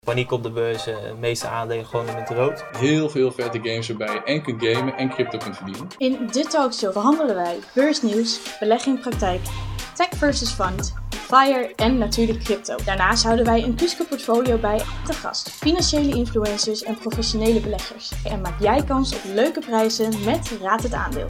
Paniek op de beurs, de meeste aandelen gewoon in het rood. Heel veel vette games waarbij je en kunt gamen en crypto kunt verdienen. In de talkshow behandelen wij beursnieuws, belegging in praktijk, tech versus fund, FIRE en natuurlijk crypto. Daarnaast houden wij een Kusco portfolio bij te gast, financiële influencers en professionele beleggers. En maak jij kans op leuke prijzen met Raad het Aandeel.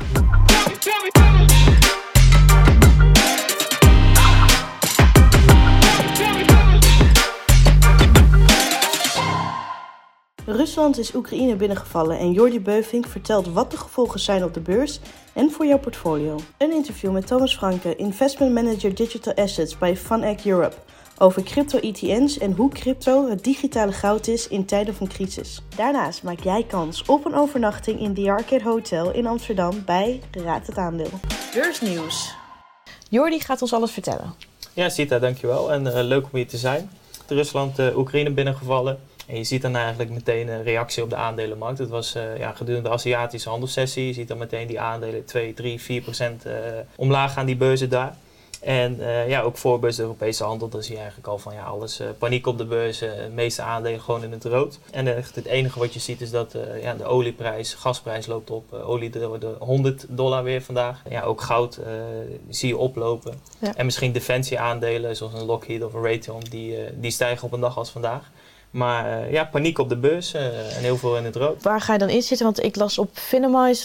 Rusland is Oekraïne binnengevallen en Jordi Beuving vertelt wat de gevolgen zijn op de beurs en voor jouw portfolio. Een interview met Thomas Franke, Investment Manager Digital Assets bij VanEck Europe, over crypto-ETN's en hoe crypto het digitale goud is in tijden van crisis. Daarnaast maak jij kans op een overnachting in The Arcade Hotel in Amsterdam bij Raad het Aandeel. Beursnieuws. Jordi gaat ons alles vertellen. Ja, Sita, dankjewel. En leuk om hier te zijn. Rusland, Oekraïne binnengevallen. En je ziet dan eigenlijk meteen een reactie op de aandelenmarkt. Het was gedurende de Aziatische handelssessie. Je ziet dan meteen die aandelen 2, 3, 4% omlaag gaan die beurzen daar. En ook voorbeurs de Europese handel, dan zie je eigenlijk al van alles paniek op de beurzen. De meeste aandelen gewoon in het rood. En echt het enige wat je ziet is dat de olieprijs, gasprijs loopt op. Olie de $100 weer vandaag. Ja, ook goud zie je oplopen. Ja. En misschien defensieaandelen zoals een Lockheed of een Raytheon, die stijgen op een dag als vandaag. Maar paniek op de beurs en heel veel in het rood. Waar ga je dan in zitten? Want ik las op Finamize,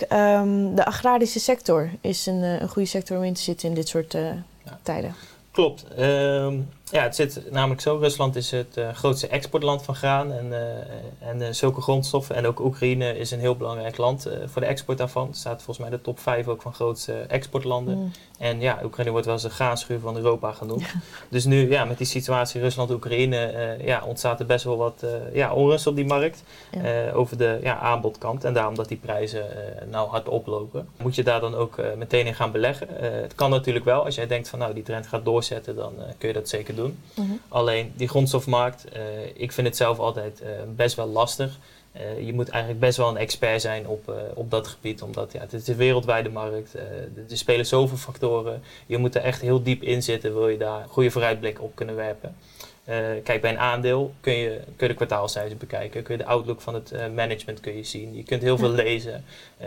de agrarische sector is een goede sector om in te zitten in dit soort tijden. Klopt. Het zit namelijk zo. Rusland is het grootste exportland van graan en zulke grondstoffen. En ook Oekraïne is een heel belangrijk land voor de export daarvan. Het staat volgens mij de top 5 ook van grootste exportlanden. Mm. En Oekraïne wordt wel eens de graanschuur van Europa genoemd. Ja. Dus nu met die situatie Rusland-Oekraïne ontstaat er best wel wat onrust op die markt. Ja. Over de aanbodkant. En daarom dat die prijzen hard oplopen. Moet je daar dan ook meteen in gaan beleggen? Het kan natuurlijk wel. Als jij denkt van die trend gaat doorzetten, dan kun je dat zeker doen. Mm-hmm. Alleen die grondstofmarkt, ik vind het zelf altijd best wel lastig. Je moet eigenlijk best wel een expert zijn op dat gebied, omdat het is een wereldwijde markt. Er spelen zoveel factoren. Je moet er echt heel diep in zitten, wil je daar een goede vooruitblik op kunnen werpen. Kijk, bij een aandeel kun je de kwartaalcijfers bekijken, kun je de outlook van het management kun je zien. Je kunt heel veel lezen.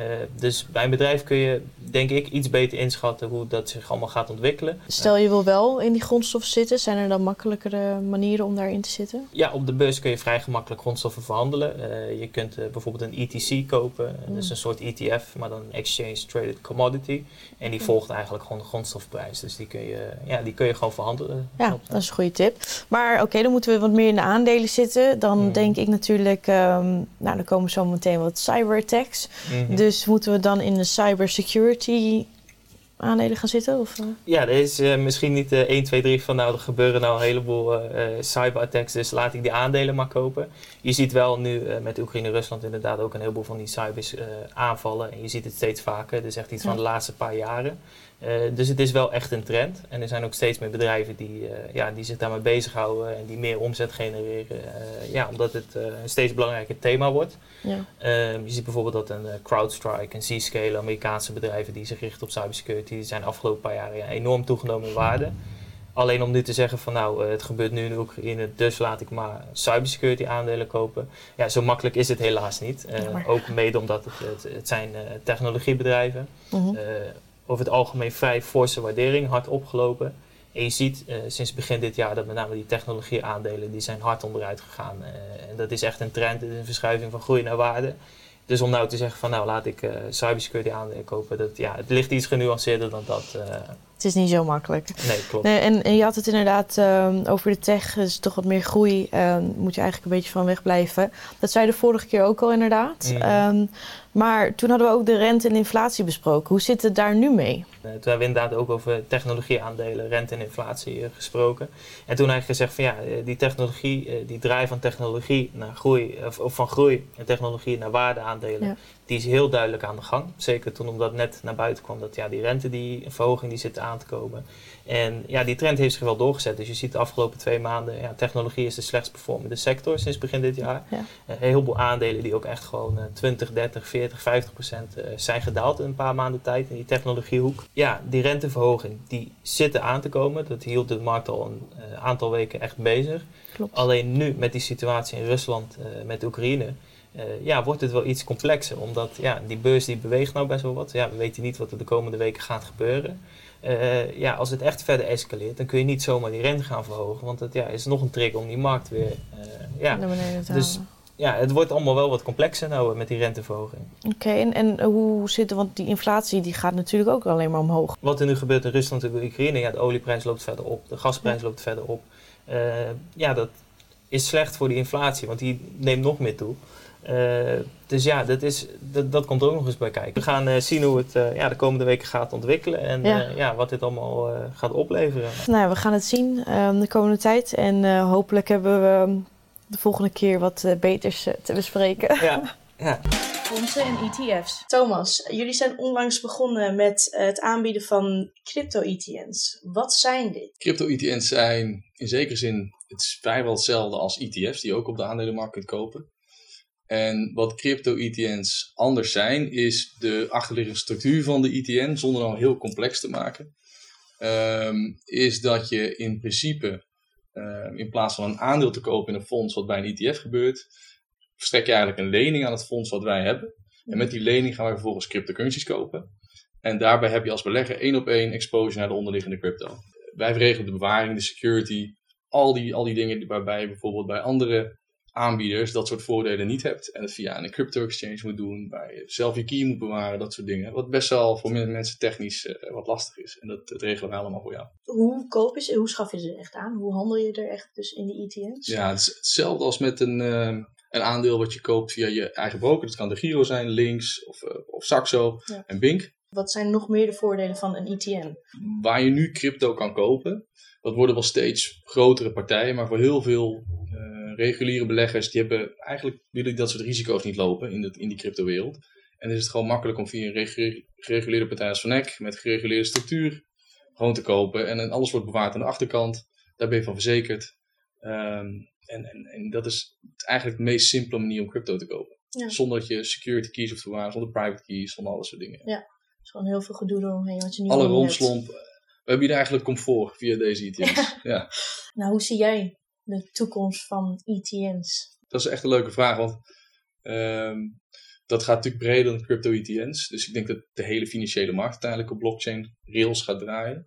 Dus bij een bedrijf kun je, denk ik, iets beter inschatten hoe dat zich allemaal gaat ontwikkelen. Stel je wil wel in die grondstoffen zitten, zijn er dan makkelijkere manieren om daarin te zitten? Ja, op de beurs kun je vrij gemakkelijk grondstoffen verhandelen. Je kunt bijvoorbeeld een ETC kopen, dat is een soort ETF, maar dan een Exchange Traded Commodity. En die volgt eigenlijk gewoon de grondstofprijs, dus die kun je gewoon verhandelen. Ja, dat is een goede tip. Maar dan moeten we wat meer in de aandelen zitten. Dan denk ik natuurlijk, dan komen zo meteen wat cyberattacks. Mm-hmm. Dus moeten we dan in de cybersecurity aandelen gaan zitten? Of? Ja, er is misschien niet 1, 2, 3 van er gebeuren een heleboel cyberattacks, dus laat ik die aandelen maar kopen. Je ziet wel nu met Oekraïne-Rusland inderdaad ook een heleboel van die cybers aanvallen. En je ziet het steeds vaker, dus echt iets van de laatste paar jaren. Dus het is wel echt een trend. En er zijn ook steeds meer bedrijven die zich daarmee bezighouden en die meer omzet genereren. Omdat het een steeds belangrijker thema wordt. Ja. Je ziet bijvoorbeeld dat een CrowdStrike, een Zscaler, Amerikaanse bedrijven die zich richten op cybersecurity, die zijn de afgelopen paar jaren enorm toegenomen in waarde. Alleen om nu te zeggen van het gebeurt nu in Oekraïne, dus laat ik maar cybersecurity aandelen kopen. Ja, zo makkelijk is het helaas niet. Ook mede omdat het zijn technologiebedrijven. Mm-hmm. Over het algemeen vrij forse waardering, hard opgelopen. En je ziet sinds begin dit jaar dat met name die technologieaandelen, die zijn hard onderuit gegaan. En dat is echt een trend, het is een verschuiving van groei naar waarde. Dus om te zeggen van laat ik cybersecurity aandelen kopen, het ligt iets genuanceerder dan dat. Het is niet zo makkelijk. Nee, klopt. Nee, en je had het inderdaad over de tech, dus toch wat meer groei, moet je eigenlijk een beetje van wegblijven. Dat zei je de vorige keer ook al inderdaad. Mm. Maar toen hadden we ook de rente en inflatie besproken. Hoe zit het daar nu mee? Toen hebben we inderdaad ook over technologieaandelen, rente en inflatie gesproken. En toen eigenlijk gezegd van die technologie, die draai van technologie naar groei, of van groei en technologie naar waardeaandelen, die is heel duidelijk aan de gang. Zeker toen omdat net naar buiten kwam dat die renteverhoging die zit aan aan te komen. En ja, die trend heeft zich wel doorgezet. Dus je ziet de afgelopen 2 maanden, technologie is de slechtst performende sector sinds begin dit jaar. Ja. Heel veel aandelen die ook echt gewoon 20, 30, 40, 50% zijn gedaald in een paar maanden tijd in die technologiehoek. Ja, die renteverhoging, die zitten aan te komen. Dat hield de markt al een aantal weken echt bezig. Klopt. Alleen nu met die situatie in Rusland, met Oekraïne, wordt het wel iets complexer. Omdat die beurs die beweegt nou best wel wat. Ja, we weten niet wat er de komende weken gaat gebeuren. Als het echt verder escaleert, dan kun je niet zomaar die rente gaan verhogen. Want het is nog een trigger om die markt weer naar beneden te dus halen. het wordt allemaal wel wat complexer nou met die renteverhoging. Oké, en hoe zit het? Want die inflatie die gaat natuurlijk ook alleen maar omhoog. Wat er nu gebeurt in Rusland en Oekraïne, de olieprijs loopt verder op, de gasprijs loopt verder op. Dat is slecht voor die inflatie, want die neemt nog meer toe. Dat komt er ook nog eens bij kijken. We gaan zien hoe het de komende weken gaat ontwikkelen en wat dit allemaal gaat opleveren. Nou, we gaan het zien de komende tijd en hopelijk hebben we de volgende keer wat beters te bespreken. Ja. Fondsen en ETF's. Thomas, jullie zijn onlangs begonnen met het aanbieden van crypto-ETN's. Wat zijn dit? Crypto-ETN's zijn in zekere zin vrijwel hetzelfde als ETF's die je ook op de aandelenmarkt kunt kopen. En wat crypto-ETN's anders zijn, is de achterliggende structuur van de ETN, zonder nou heel complex te maken. Is dat je in principe, in plaats van een aandeel te kopen in een fonds wat bij een ETF gebeurt, verstrek je eigenlijk een lening aan het fonds wat wij hebben. En met die lening gaan wij vervolgens cryptocurrencies kopen. En daarbij heb je als belegger 1-op-1 exposure naar de onderliggende crypto. Wij regelen de bewaring, de security, al die dingen waarbij je bijvoorbeeld bij andere aanbieders dat soort voordelen niet hebt. En het via een crypto exchange moet doen, waar je zelf je key moet bewaren, dat soort dingen. Wat best wel voor mensen technisch wat lastig is. En dat regelen wij allemaal voor jou. Hoe koop je ze? Hoe schaf je ze echt aan? Hoe handel je er echt dus in die ETN's? Ja, het is hetzelfde als met een aandeel wat je koopt via je eigen broker. Dat kan de Giro zijn, Links of Saxo en Bink. Wat zijn nog meer de voordelen van een ETN? Waar je nu crypto kan kopen, dat worden wel steeds grotere partijen, maar voor heel veel reguliere beleggers, die willen dat soort risico's niet lopen in die cryptowereld. En dan is het gewoon makkelijk om via een gereguleerde partij als VanEck, met gereguleerde structuur, gewoon te kopen. En alles wordt bewaard aan de achterkant, daar ben je van verzekerd. En dat is eigenlijk de meest simpele manier om crypto te kopen. Ja. Zonder dat je security keys hoeft te bewaren, zonder private keys, zonder al dat soort dingen. Ja, er is gewoon heel veel gedoe eromheen wat je niet alle rompslomp. We hebben hier eigenlijk comfort via deze ETN's. Ja. Nou, hoe zie jij de toekomst van ETN's? Dat is echt een leuke vraag, want dat gaat natuurlijk breder dan crypto-ETN's. Dus ik denk dat de hele financiële markt uiteindelijk op blockchain rails gaat draaien.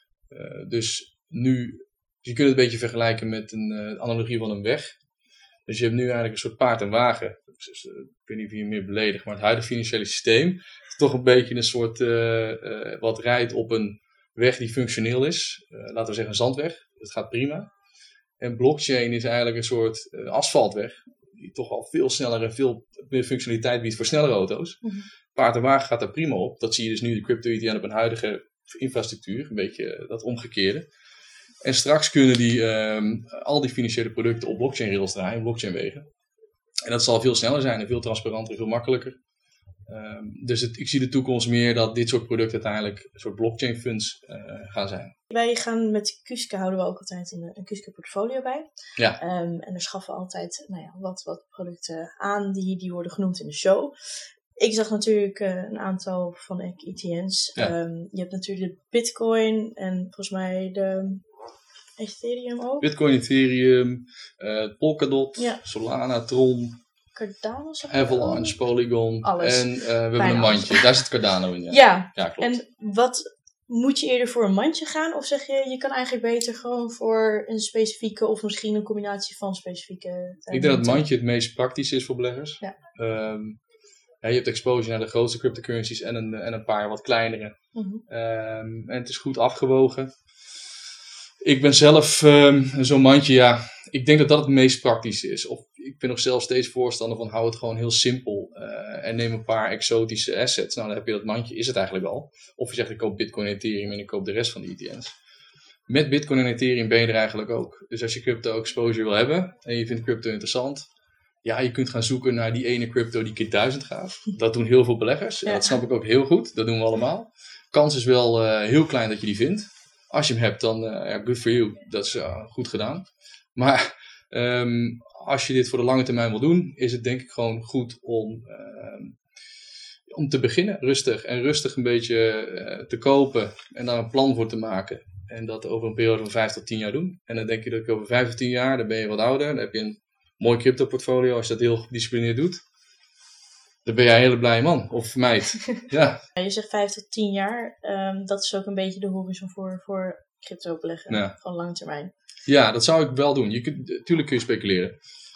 Dus je kunt het een beetje vergelijken met een analogie van een weg. Dus je hebt nu eigenlijk een soort paard en wagen. Dus, ik weet niet of je je meer beledigt, maar het huidige financiële systeem is toch een beetje een soort wat rijdt op een weg die functioneel is. Laten we zeggen een zandweg. Dat gaat prima. En blockchain is eigenlijk een soort asfaltweg. Die toch al veel sneller en veel meer functionaliteit biedt voor snellere auto's. Mm-hmm. Paard en wagen gaat daar prima op. Dat zie je dus nu de crypto-ETN op een huidige infrastructuur. Een beetje dat omgekeerde. En straks kunnen al die financiële producten op blockchain rails draaien, blockchainwegen. En dat zal veel sneller zijn en veel transparanter en veel makkelijker. Dus ik zie de toekomst meer dat dit soort producten uiteindelijk een soort blockchain funds gaan zijn. Wij gaan met Kuske houden we ook altijd een Kuske portfolio bij. Ja. En er schaffen we altijd wat producten aan die worden genoemd in de show. Ik zag natuurlijk een aantal van ETN's. Ja. Je hebt natuurlijk de Bitcoin en volgens mij de Ethereum ook. Bitcoin, Ethereum, Polkadot, Solana, Tron, Cardano, Avalanche, Polygon. Alles. En we hebben een mandje. Daar zit Cardano in. Ja, klopt. En moet je eerder voor een mandje gaan? Of zeg je kan eigenlijk beter gewoon voor een specifieke of misschien een combinatie van specifieke... Ik denk dat het mandje het meest praktisch is voor beleggers. Ja. Je hebt exposure naar de grootste cryptocurrencies en een paar wat kleinere. Mm-hmm. En het is goed afgewogen. Ik ben zelf zo'n mandje, ik denk dat dat het meest praktisch is. Of ik ben nog zelf steeds voorstander van hou het gewoon heel simpel. En neem een paar exotische assets. Nou, dan heb je dat mandje, is het eigenlijk al. Of je zegt ik koop Bitcoin en Ethereum en ik koop de rest van de ETN's. Met Bitcoin en Ethereum ben je er eigenlijk ook. Dus als je crypto exposure wil hebben en je vindt crypto interessant. Ja, je kunt gaan zoeken naar die ene crypto die keer 1000 gaat. Dat doen heel veel beleggers. Ja. Dat snap ik ook heel goed. Dat doen we allemaal. kans is wel heel klein dat je die vindt. Als je hem hebt, dan good for you. Dat is goed gedaan. Maar als je dit voor de lange termijn wil doen, is het denk ik gewoon goed om te beginnen. Rustig een beetje te kopen en daar een plan voor te maken. En dat over een periode van 5 tot 10 jaar doen. En dan denk je dat over 5 tot 10 jaar, dan ben je wat ouder. Dan heb je een mooi crypto portfolio. Als je dat heel gedisciplineerd doet, dan ben jij een hele blije man of meid. Ja. Je zegt 5 tot 10 jaar. Dat is ook een beetje de horizon voor crypto beleggen. Van lange termijn. Ja, dat zou ik wel doen. Tuurlijk kun je speculeren.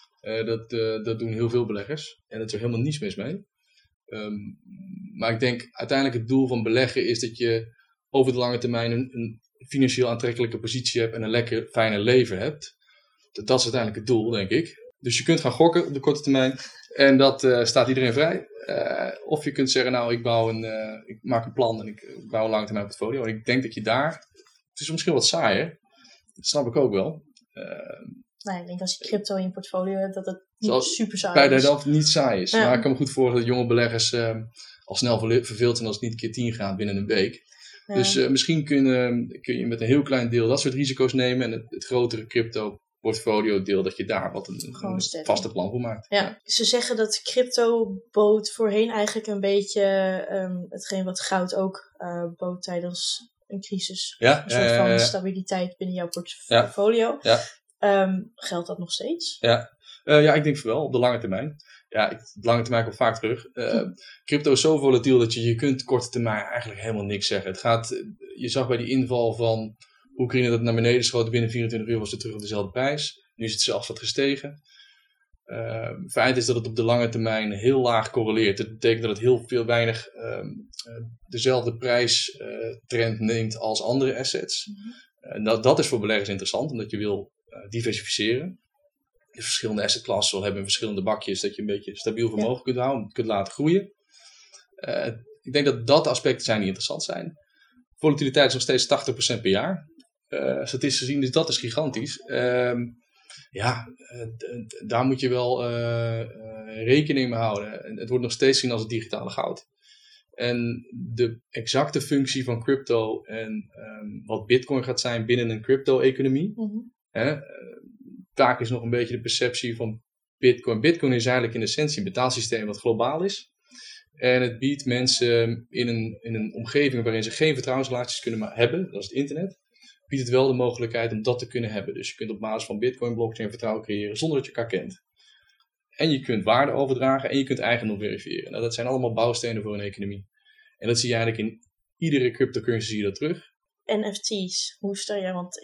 Dat doen heel veel beleggers. En dat is er helemaal niets mis mee. Maar ik denk uiteindelijk het doel van beleggen is dat je over de lange termijn een financieel aantrekkelijke positie hebt en een lekker fijne leven hebt. Dat is uiteindelijk het doel, denk ik. Dus je kunt gaan gokken op de korte termijn en dat staat iedereen vrij. Of je kunt zeggen, nou ik maak een plan en ik bouw een lange termijn portfolio. En ik denk dat je daar, het is misschien wat saaier, dat snap ik ook wel. Ik denk als je crypto in je portfolio hebt, dat het niet super saai bij is. dat het niet saai is. Ja. Maar ik kan me goed voorstellen dat jonge beleggers al snel verveeld zijn als het niet een keer 10 gaat binnen een week. Ja. Dus misschien kun je met een heel klein deel dat soort risico's nemen. En het grotere crypto portfolio deel, dat je daar wat een vaste plan voor maakt. Ja. Ze zeggen dat crypto bood voorheen eigenlijk een beetje hetgeen wat goud ook bood tijdens een crisis. Een soort van stabiliteit binnen jouw portfolio. Ja. Geldt dat nog steeds? Ja, ik denk wel, op de lange termijn. Ja, de lange termijn komt vaak terug. Crypto is zo volatiel dat je kunt korte termijn eigenlijk helemaal niks zeggen. Je zag bij die inval van Oekraïne dat het naar beneden schoot. Binnen 24 uur was het terug op dezelfde prijs. Nu is het zelfs wat gestegen. Feit is dat het op de lange termijn heel laag correleert. Dat betekent dat het heel weinig dezelfde prijstrend neemt als andere assets. Dat is voor beleggers interessant, omdat je wil diversificeren. Je verschillende assetklassen wil hebben in verschillende bakjes, dat je een beetje stabiel vermogen kunt houden, kunt laten groeien. Ik denk dat aspecten zijn die interessant zijn. Volatiliteit is nog steeds 80% per jaar. Statistisch gezien, dus dat is gigantisch. Daar moet je wel rekening mee houden. En het wordt nog steeds gezien als het digitale goud. En de exacte functie van crypto en wat Bitcoin gaat zijn binnen een crypto-economie. Vaak is nog een beetje de perceptie van Bitcoin. Bitcoin is eigenlijk in essentie een betaalsysteem wat globaal is. En het biedt mensen in een omgeving waarin ze geen vertrouwensrelaties kunnen hebben, dat is het internet, biedt het wel de mogelijkheid om dat te kunnen hebben. Dus je kunt op basis van Bitcoin blockchain vertrouwen creëren zonder dat je elkaar kent. En je kunt waarde overdragen en je kunt eigendom verifiëren. Nou, dat zijn allemaal bouwstenen voor een economie. En dat zie je eigenlijk in iedere cryptocurrency zie je dat terug. NFT's, hoe sta jij? Want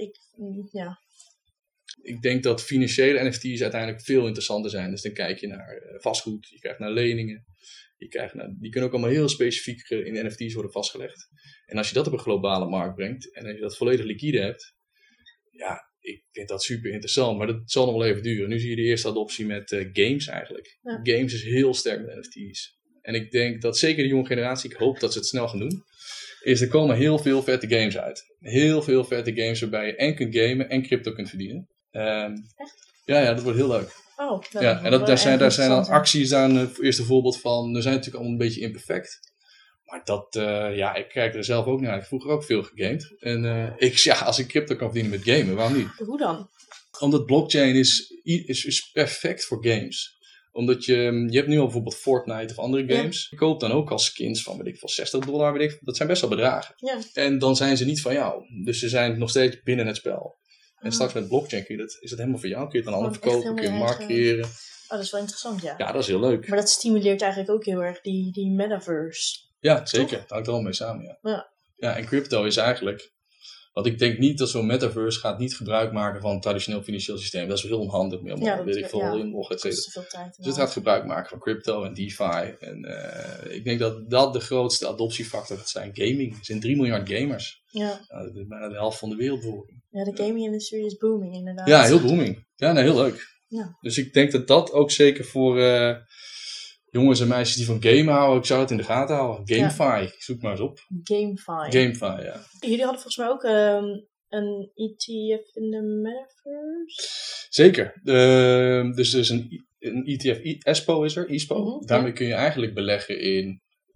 ik denk dat financiële NFT's uiteindelijk veel interessanter zijn. Dus dan kijk je naar vastgoed, je kijkt naar leningen. Die kunnen ook allemaal heel specifiek in NFT's worden vastgelegd. En als je dat op een globale markt brengt en als je dat volledig liquide hebt, ja, ik vind dat super interessant. Maar dat zal nog wel even duren. Nu zie je de eerste adoptie met games eigenlijk. Ja. Games is heel sterk met NFT's. En ik denk dat zeker de jonge generatie, ik hoop dat ze het snel gaan doen, er komen heel veel vette games uit. Heel veel vette games waarbij je en kunt gamen en crypto kunt verdienen. Echt? Ja, dat wordt heel leuk. Oh, en daar zijn dan acties daar een eerste voorbeeld van. Er zijn natuurlijk allemaal een beetje imperfect. Maar ik kijk er zelf ook naar. Ik heb vroeger ook veel gegamed. En als ik crypto kan verdienen met gamen, waarom niet? Hoe dan? Omdat blockchain is perfect voor games. Omdat je hebt nu al bijvoorbeeld Fortnite of andere games. Je koopt dan ook al skins van, $60. Dat zijn best wel bedragen. Ja. En dan zijn ze niet van jou. Dus ze zijn nog steeds binnen het spel. En straks met blockchain is dat helemaal voor jou. Kun je het aan anderen verkopen, kun je een markt creëren. Dat is wel interessant, ja. Ja, dat is heel leuk. Maar dat stimuleert eigenlijk ook heel erg die metaverse. Ja, zeker. Dat hangt er al mee samen, ja. En crypto is eigenlijk, want ik denk niet dat zo'n metaverse gaat niet gebruik maken van een traditioneel financieel systeem. Dat is heel onhandig. Inloggen, et cetera. Dus het gaat gebruik maken van crypto en DeFi. En ik denk dat de grootste adoptiefactor gaat zijn. Gaming. Er zijn 3 miljard gamers. Ja. Dat is bijna de helft van de wereldbevolking. Ja, de gaming-industrie is booming inderdaad. Ja, heel booming. Ja, heel leuk. Ja. Dus ik denk dat ook zeker voor jongens en meisjes die van gamen houden, ik zou het in de gaten houden. GameFi, zoek maar eens op. GameFi, ja. Jullie hadden volgens mij ook een ETF in de metaverse? Zeker. Dus een ETF, ESPO is er, ESPO. Daarmee kun je eigenlijk beleggen in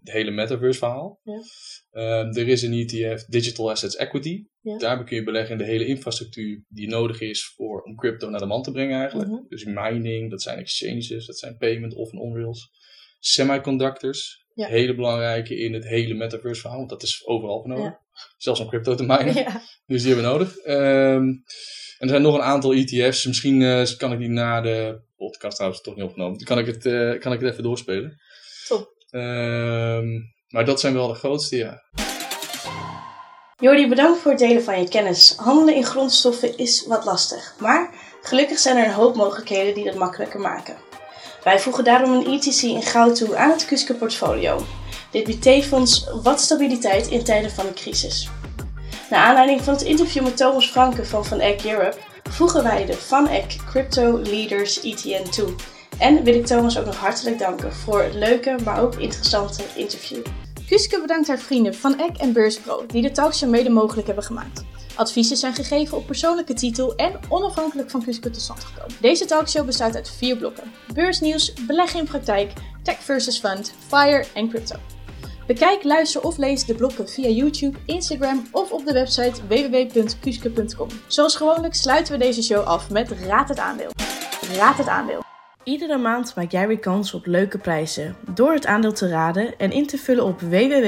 hele metaverse verhaal. Ja. Er is een ETF, Digital Assets Equity. Ja. Daarbij kun je beleggen in de hele infrastructuur die nodig is om crypto naar de man te brengen eigenlijk. Mhm. Dus mining, dat zijn exchanges, dat zijn payment of on-rails. Semiconductors, hele belangrijke in het hele metaverse verhaal, want dat is overal voor nodig. Ja. Zelfs om crypto te minen. Ja. Dus die hebben we nodig. En er zijn nog een aantal ETF's. Misschien kan ik die na de podcast trouwens toch niet opgenomen. Dan kan ik het even doorspelen. Top. Maar dat zijn wel de grootste, ja. Jordi, bedankt voor het delen van je kennis. Handelen in grondstoffen is wat lastig. Maar gelukkig zijn er een hoop mogelijkheden die dat makkelijker maken. Wij voegen daarom een ETC in goud toe aan het Kuske portfolio. Dit biedt tevens wat stabiliteit in tijden van een crisis. Naar aanleiding van het interview met Thomas Franke van Eck Europe voegen wij de Van Eck Crypto Leaders ETN toe. En wil ik Thomas ook nog hartelijk danken voor het leuke, maar ook interessante interview. Kuske bedankt haar vrienden Van Eck en Beurspro die de talkshow mede mogelijk hebben gemaakt. Adviezen zijn gegeven op persoonlijke titel en onafhankelijk van Kuske tot stand gekomen. Deze talkshow bestaat uit 4 blokken: beursnieuws, beleggen in praktijk, tech versus fund, FIRE en crypto. Bekijk, luister of lees de blokken via YouTube, Instagram of op de website www.kuske.com. Zoals gewoonlijk sluiten we deze show af met Raad het aandeel. Raad het aandeel. Iedere maand maak jij weer kans op leuke prijzen door het aandeel te raden en in te vullen op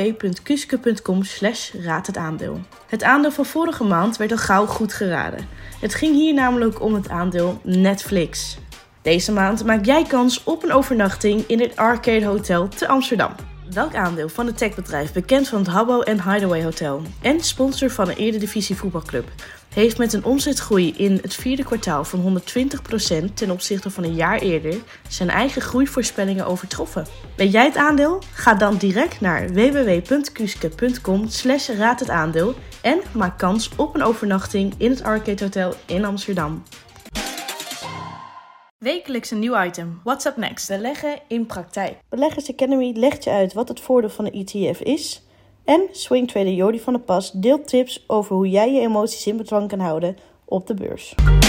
www.kuske.com/raadhetaandeel. Het aandeel van vorige maand werd al gauw goed geraden. Het ging hier namelijk om het aandeel Netflix. Deze maand maak jij kans op een overnachting in het Arcade Hotel te Amsterdam. Welk aandeel van het techbedrijf, bekend van het Habbo en Hideaway Hotel en sponsor van een Eredivisie voetbalclub, heeft met een omzetgroei in het 4e kwartaal van 120% ten opzichte van een jaar eerder zijn eigen groeivoorspellingen overtroffen? Weet jij het aandeel? Ga dan direct naar www.kuske.com/raadhetaandeel en maak kans op een overnachting in het Arcade Hotel in Amsterdam. Wekelijks een nieuw item. What's up next? Beleggen in praktijk. Beleggers Academy legt je uit wat het voordeel van een ETF is. En swingtrader Jordi van der Pas deelt tips over hoe jij je emoties in bedwang kan houden op de beurs.